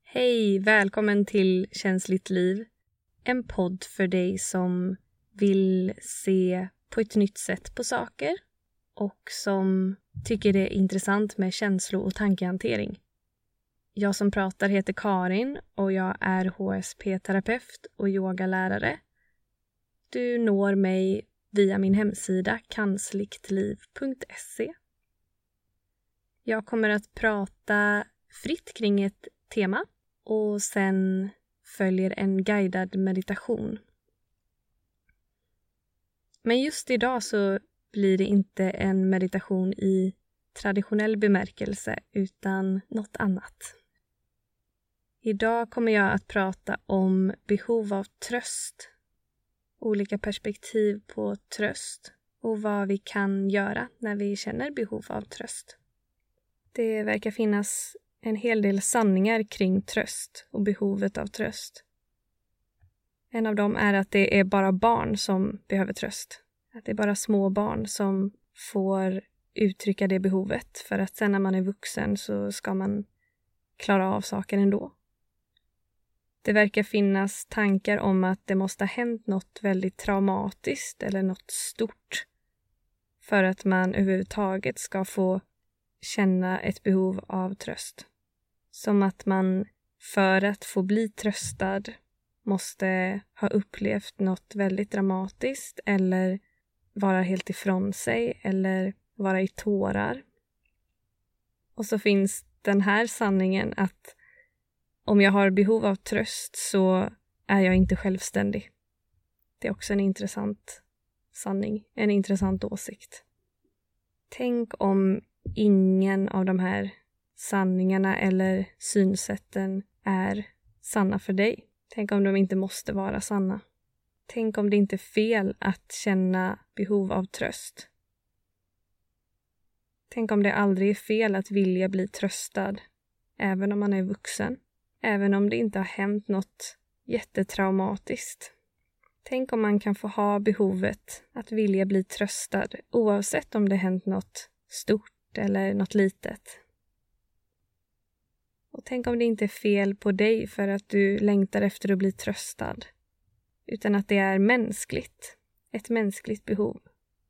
Hej, välkommen till Känsligt liv. En podd för dig som vill se på ett nytt sätt på saker och som tycker det är intressant med känslo- och tankehantering. Jag som pratar heter Karin och jag är HSP-terapeut och yogalärare. Du når mig via min hemsida kansliktliv.se. Jag kommer att prata fritt kring ett tema och sen följer en guidad meditation. Men just idag så blir det inte en meditation i traditionell bemärkelse utan något annat. Idag kommer jag att prata om behov av tröst, olika perspektiv på tröst och vad vi kan göra när vi känner behov av tröst. Det verkar finnas en hel del sanningar kring tröst och behovet av tröst. En av dem är att det är bara barn som behöver tröst. Att det är bara små barn som får uttrycka det behovet, för att sen när man är vuxen så ska man klara av saker ändå. Det verkar finnas tankar om att det måste ha hänt något väldigt traumatiskt eller något stort för att man överhuvudtaget ska få känna ett behov av tröst. Som att man för att få bli tröstad måste ha upplevt något väldigt dramatiskt eller vara helt ifrån sig eller vara i tårar. Och så finns den här sanningen att om jag har behov av tröst så är jag inte självständig. Det är också en intressant sanning, en intressant åsikt. Tänk om ingen av de här sanningarna eller synsätten är sanna för dig. Tänk om de inte måste vara sanna. Tänk om det inte är fel att känna behov av tröst. Tänk om det aldrig är fel att vilja bli tröstad, även om man är vuxen. Även om det inte har hänt något jättetraumatiskt. Tänk om man kan få ha behovet att vilja bli tröstad, oavsett om det hänt något stort eller något litet. Och tänk om det inte är fel på dig för att du längtar efter att bli tröstad, utan att det är mänskligt, ett mänskligt behov.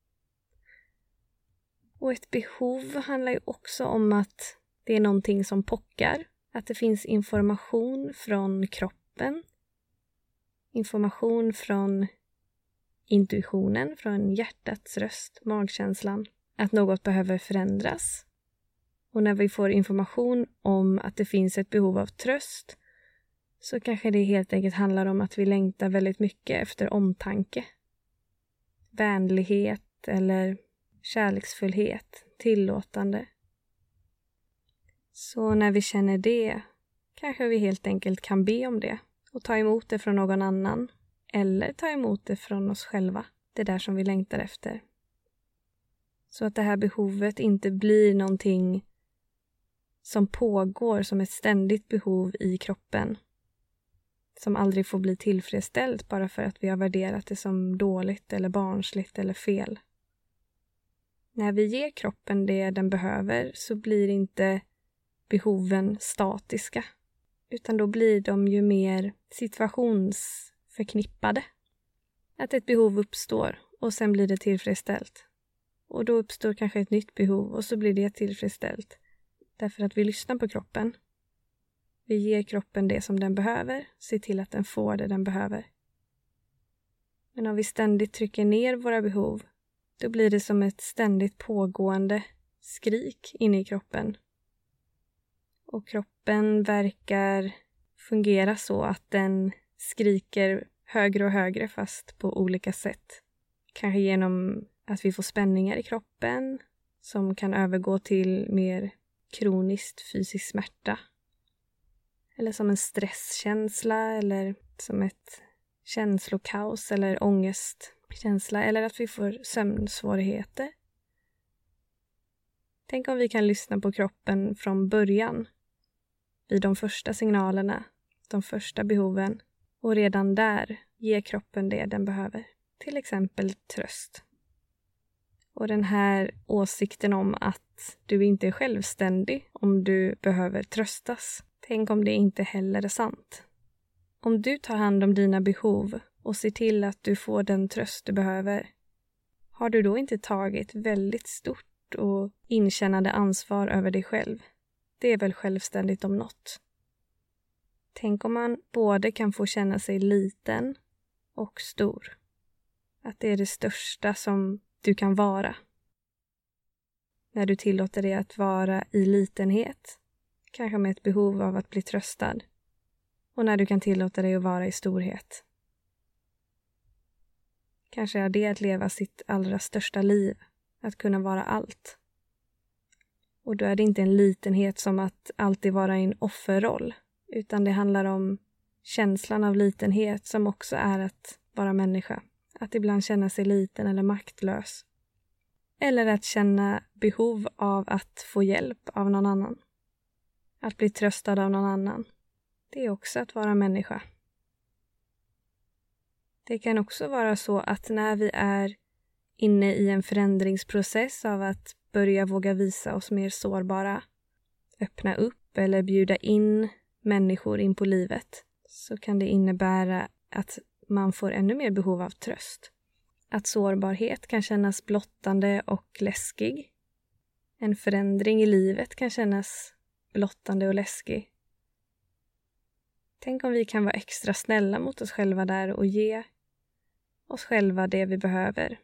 Och ett behov handlar ju också om att det är någonting som pockar, att det finns information från kroppen, information från intuitionen, från hjärtats röst, magkänslan, att något behöver förändras. Och när vi får information om att det finns ett behov av tröst så kanske det helt enkelt handlar om att vi längtar väldigt mycket efter omtanke. Vänlighet eller kärleksfullhet, tillåtande. Så när vi känner det kanske vi helt enkelt kan be om det och ta emot det från någon annan eller ta emot det från oss själva, det där som vi längtar efter. Så att det här behovet inte blir någonting som pågår som ett ständigt behov i kroppen. Som aldrig får bli tillfredsställt bara för att vi har värderat det som dåligt eller barnsligt eller fel. När vi ger kroppen det den behöver så blir inte behoven statiska. Utan då blir de ju mer situationsförknippade. Att ett behov uppstår och sen blir det tillfredsställt. Och då uppstår kanske ett nytt behov och så blir det tillfredsställt. Därför att vi lyssnar på kroppen. Vi ger kroppen det som den behöver. Se till att den får det den behöver. Men om vi ständigt trycker ner våra behov, då blir det som ett ständigt pågående skrik inne i kroppen. Och kroppen verkar fungera så att den skriker högre och högre fast på olika sätt. Kanske genom att vi får spänningar i kroppen som kan övergå till mer kroniskt fysisk smärta. Eller som en stresskänsla eller som ett känslokaos eller ångestkänsla. Eller att vi får sömnsvårigheter. Tänk om vi kan lyssna på kroppen från början. Vid de första signalerna, de första behoven. Och redan där ger kroppen det den behöver. Till exempel tröst. Och den här åsikten om att du inte är självständig om du behöver tröstas. Tänk om det inte heller är sant. Om du tar hand om dina behov och ser till att du får den tröst du behöver, har du då inte tagit väldigt stort och inkännande ansvar över dig själv? Det är väl självständigt om något. Tänk om man både kan få känna sig liten och stor. Att det är det största som du kan vara. När du tillåter dig att vara i litenhet, kanske med ett behov av att bli tröstad. Och när du kan tillåta dig att vara i storhet. Kanske är det att leva sitt allra största liv, att kunna vara allt. Och då är det inte en litenhet som att alltid vara i en offerroll, utan det handlar om känslan av litenhet som också är att vara människa. Att ibland känna sig liten eller maktlös. Eller att känna behov av att få hjälp av någon annan. Att bli tröstad av någon annan. Det är också att vara människa. Det kan också vara så att när vi är inne i en förändringsprocess av att börja våga visa oss mer sårbara, öppna upp eller bjuda in människor in på livet, så kan det innebära att man får ännu mer behov av tröst. Att sårbarhet kan kännas blottande och läskig. En förändring i livet kan kännas blottande och läskig. Tänk om vi kan vara extra snälla mot oss själva där och ge oss själva det vi behöver.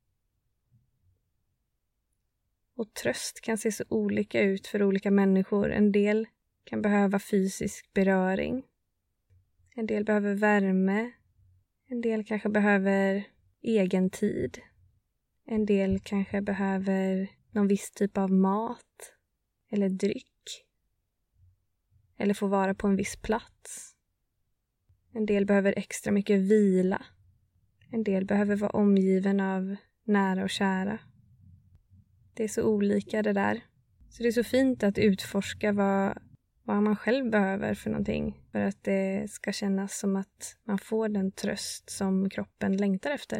Och tröst kan se så olika ut för olika människor. En del kan behöva fysisk beröring. En del behöver värme. En del kanske behöver egen tid. En del kanske behöver någon viss typ av mat eller dryck. Eller få vara på en viss plats. En del behöver extra mycket vila. En del behöver vara omgiven av nära och kära. Det är så olika det där. Så det är så fint att utforska vad man själv behöver för någonting. För att det ska kännas som att man får den tröst som kroppen längtar efter.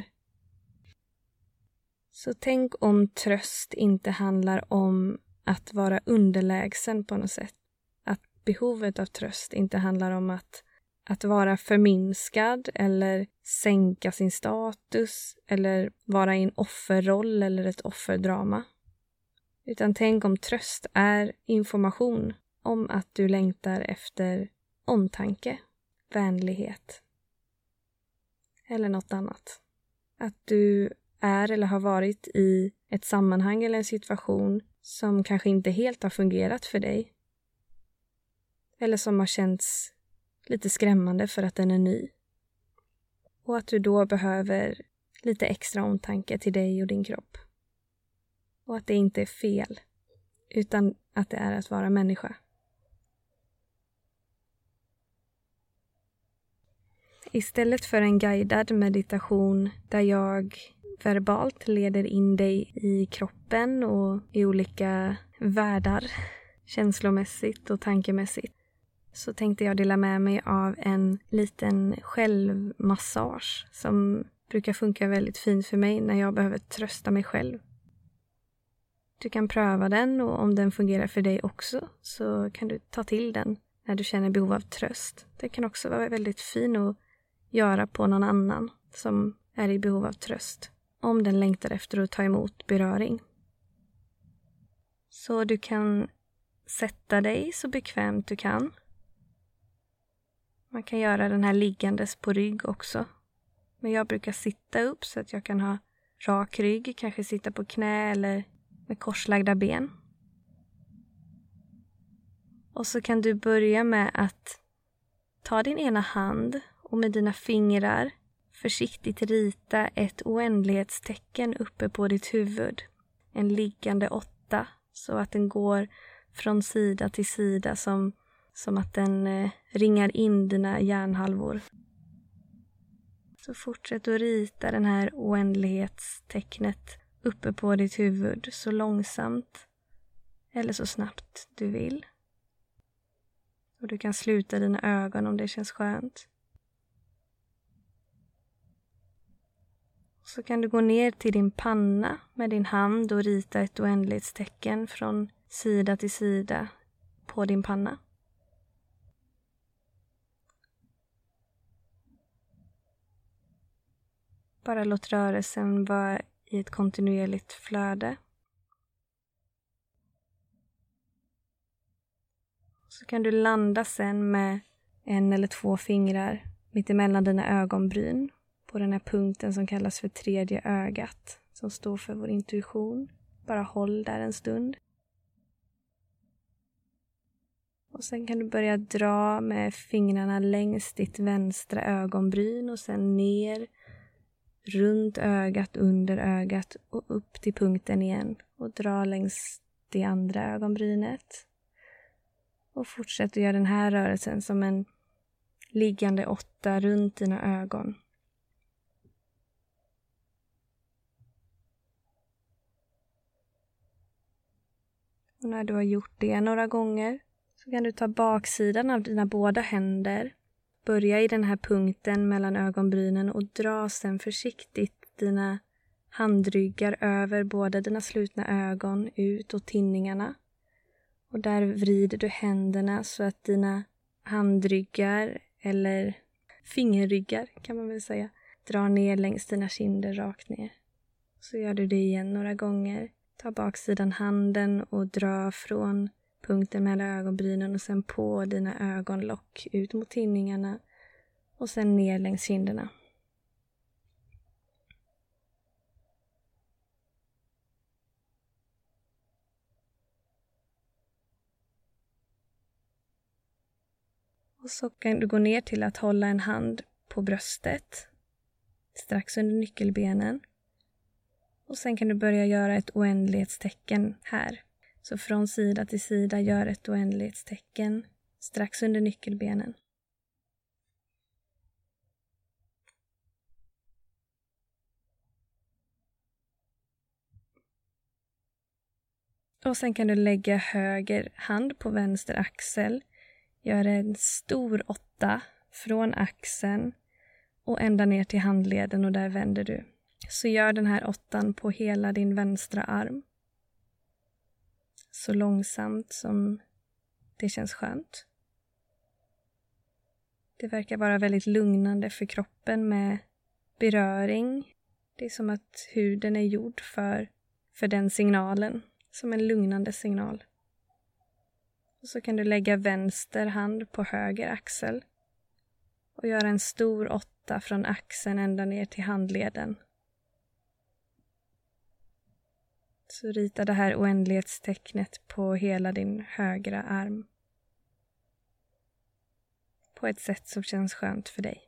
Så tänk om tröst inte handlar om att vara underlägsen på något sätt. Att behovet av tröst inte handlar om att vara förminskad eller sänka sin status eller vara i en offerroll eller ett offerdrama. Utan tänk om tröst är information om att du längtar efter omtanke, vänlighet eller något annat. Att du är eller har varit i ett sammanhang eller en situation som kanske inte helt har fungerat för dig. Eller som har känts lite skrämmande för att den är ny. Och att du då behöver lite extra omtanke till dig och din kropp. Och att det inte är fel, utan att det är att vara människa. Istället för en guidad meditation där jag verbalt leder in dig i kroppen och i olika världar, känslomässigt och tankemässigt, så tänkte jag dela med mig av en liten självmassage som brukar funka väldigt fint för mig när jag behöver trösta mig själv. Du kan pröva den, och om den fungerar för dig också så kan du ta till den när du känner behov av tröst. Det kan också vara väldigt fin att göra på någon annan som är i behov av tröst, om den längtar efter att ta emot beröring. Så du kan sätta dig så bekvämt du kan. Man kan göra den här liggandes på rygg också. Men jag brukar sitta upp så att jag kan ha rak rygg, kanske sitta på knä eller med korslagda ben. Och så kan du börja med att ta din ena hand och med dina fingrar försiktigt rita ett oändlighetstecken uppe på ditt huvud. En liggande 8, så att den går från sida till sida som att den ringar in dina hjärnhalvor. Så fortsätt att rita den här oändlighetstecknet uppe på ditt huvud så långsamt eller så snabbt du vill. Och du kan sluta dina ögon om det känns skönt. Så kan du gå ner till din panna med din hand och rita ett oändlighetstecken från sida till sida på din panna. Bara låt rörelsen vara i ett kontinuerligt flöde. Så kan du landa sen med 1 eller 2 fingrar mitt emellan dina ögonbryn på den här punkten som kallas för tredje ögat, som står för vår intuition. Bara håll där en stund. Och sen kan du börja dra med fingrarna längs ditt vänstra ögonbryn och sen ner, runt ögat, under ögat och upp till punkten igen. Och dra längs det andra ögonbrynet. Och fortsätt att göra den här rörelsen som en liggande 8 runt dina ögon. Och när du har gjort det några gånger så kan du ta baksidan av dina båda händer. Börja i den här punkten mellan ögonbrynen och dra sen försiktigt dina handryggar över båda dina slutna ögon ut åt tinningarna. Och där vrider du händerna så att dina handryggar, eller fingerryggar kan man väl säga, drar ner längs dina kinder rakt ner. Så gör du det igen några gånger. Ta baksidan handen och dra från punkten mellan ögonbrynen och sen på dina ögonlock ut mot tinningarna och sen ner längs kinderna. Och så kan du gå ner till att hålla en hand på bröstet, strax under nyckelbenen. Och sen kan du börja göra ett oändlighetstecken här. Så från sida till sida gör ett oändlighetstecken strax under nyckelbenen. Och sen kan du lägga höger hand på vänster axel. Gör en stor 8 från axeln och ända ner till handleden och där vänder du. Så gör den här 8 på hela din vänstra arm. Så långsamt som det känns skönt. Det verkar vara väldigt lugnande för kroppen med beröring. Det är som att huden är gjord för den signalen. Som en lugnande signal. Och så kan du lägga vänster hand på höger axel. Och göra en stor 8 från axeln ända ner till handleden. Så rita det här oändlighetstecknet på hela din högra arm. På ett sätt som känns skönt för dig.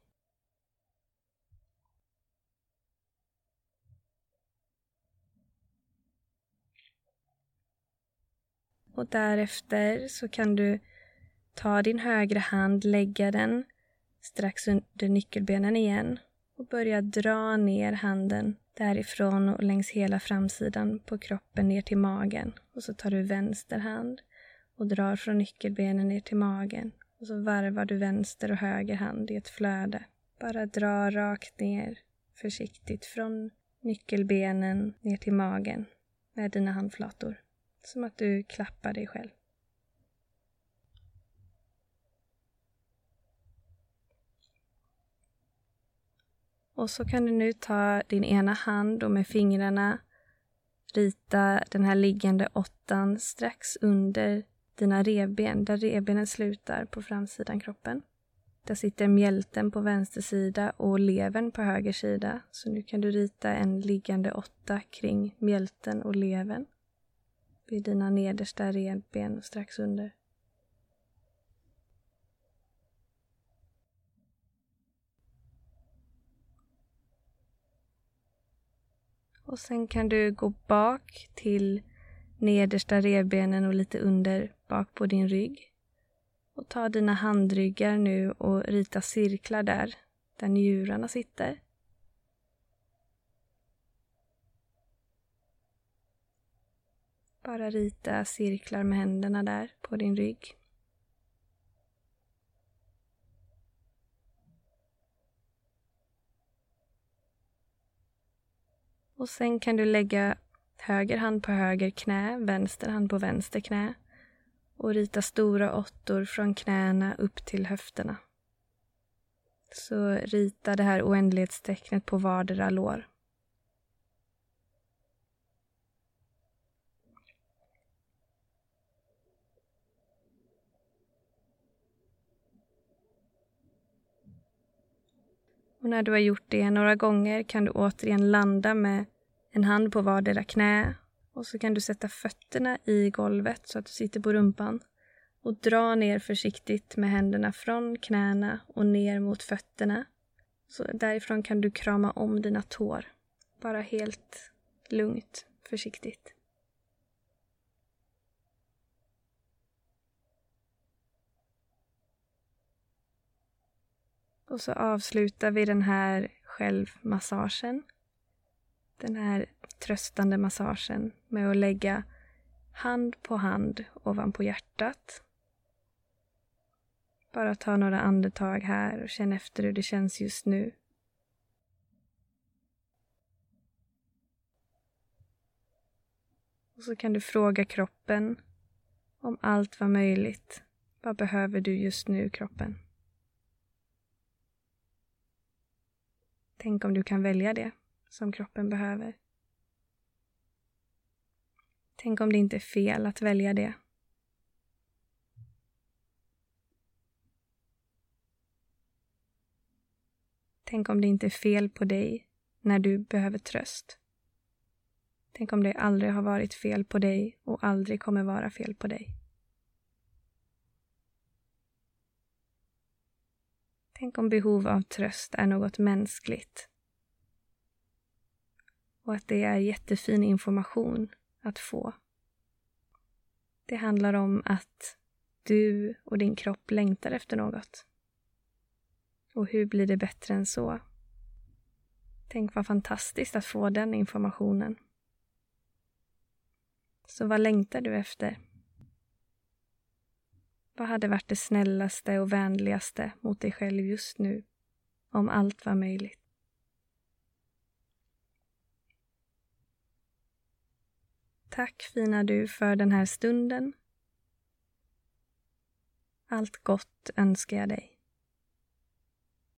Och därefter så kan du ta din högra hand, lägga den strax under nyckelbenen igen. Och börja dra ner handen därifrån och längs hela framsidan på kroppen ner till magen. Och så tar du vänster hand och drar från nyckelbenen ner till magen. Och så varvar du vänster och höger hand i ett flöde. Bara dra rakt ner försiktigt från nyckelbenen ner till magen med dina handflator. Som att du klappar dig själv. Och så kan du nu ta din ena hand och med fingrarna rita den här liggande 8 strax under dina revben. Där revbenen slutar på framsidan kroppen. Där sitter mjälten på vänster sida och levern på höger sida. Så nu kan du rita en liggande 8 kring mjälten och levern. Vid dina nedersta revben och strax under. Och sen kan du gå bak till nedersta revbenen och lite under bak på din rygg. Och ta dina handryggar nu och rita cirklar där njurarna sitter. Bara rita cirklar med händerna där på din rygg. Och sen kan du lägga höger hand på höger knä, vänster hand på vänster knä. Och rita stora 8 från knäna upp till höfterna. Så rita det här oändlighetstecknet på vardera lår. Och när du har gjort det några gånger kan du återigen landa med en hand på vardera knä. Och så kan du sätta fötterna i golvet så att du sitter på rumpan. Och dra ner försiktigt med händerna från knäna och ner mot fötterna. Så därifrån kan du krama om dina tår. Bara helt lugnt, försiktigt. Och så avslutar vi den här självmassagen. Den här tröstande massagen med att lägga hand på hand ovanpå hjärtat. Bara ta några andetag här och känn efter hur det känns just nu. Och så kan du fråga kroppen om allt var möjligt. Vad behöver du just nu, kroppen? Tänk om du kan välja det som kroppen behöver. Tänk om det inte är fel att välja det. Tänk om det inte är fel på dig när du behöver tröst. Tänk om det aldrig har varit fel på dig och aldrig kommer vara fel på dig. Tänk om behov av tröst är något mänskligt. Och att det är jättefin information att få. Det handlar om att du och din kropp längtar efter något. Och hur blir det bättre än så? Tänk vad fantastiskt att få den informationen. Så vad längtar du efter? Vad hade varit det snällaste och vänligaste mot dig själv just nu, om allt var möjligt? Tack fina du för den här stunden. Allt gott önskar jag dig.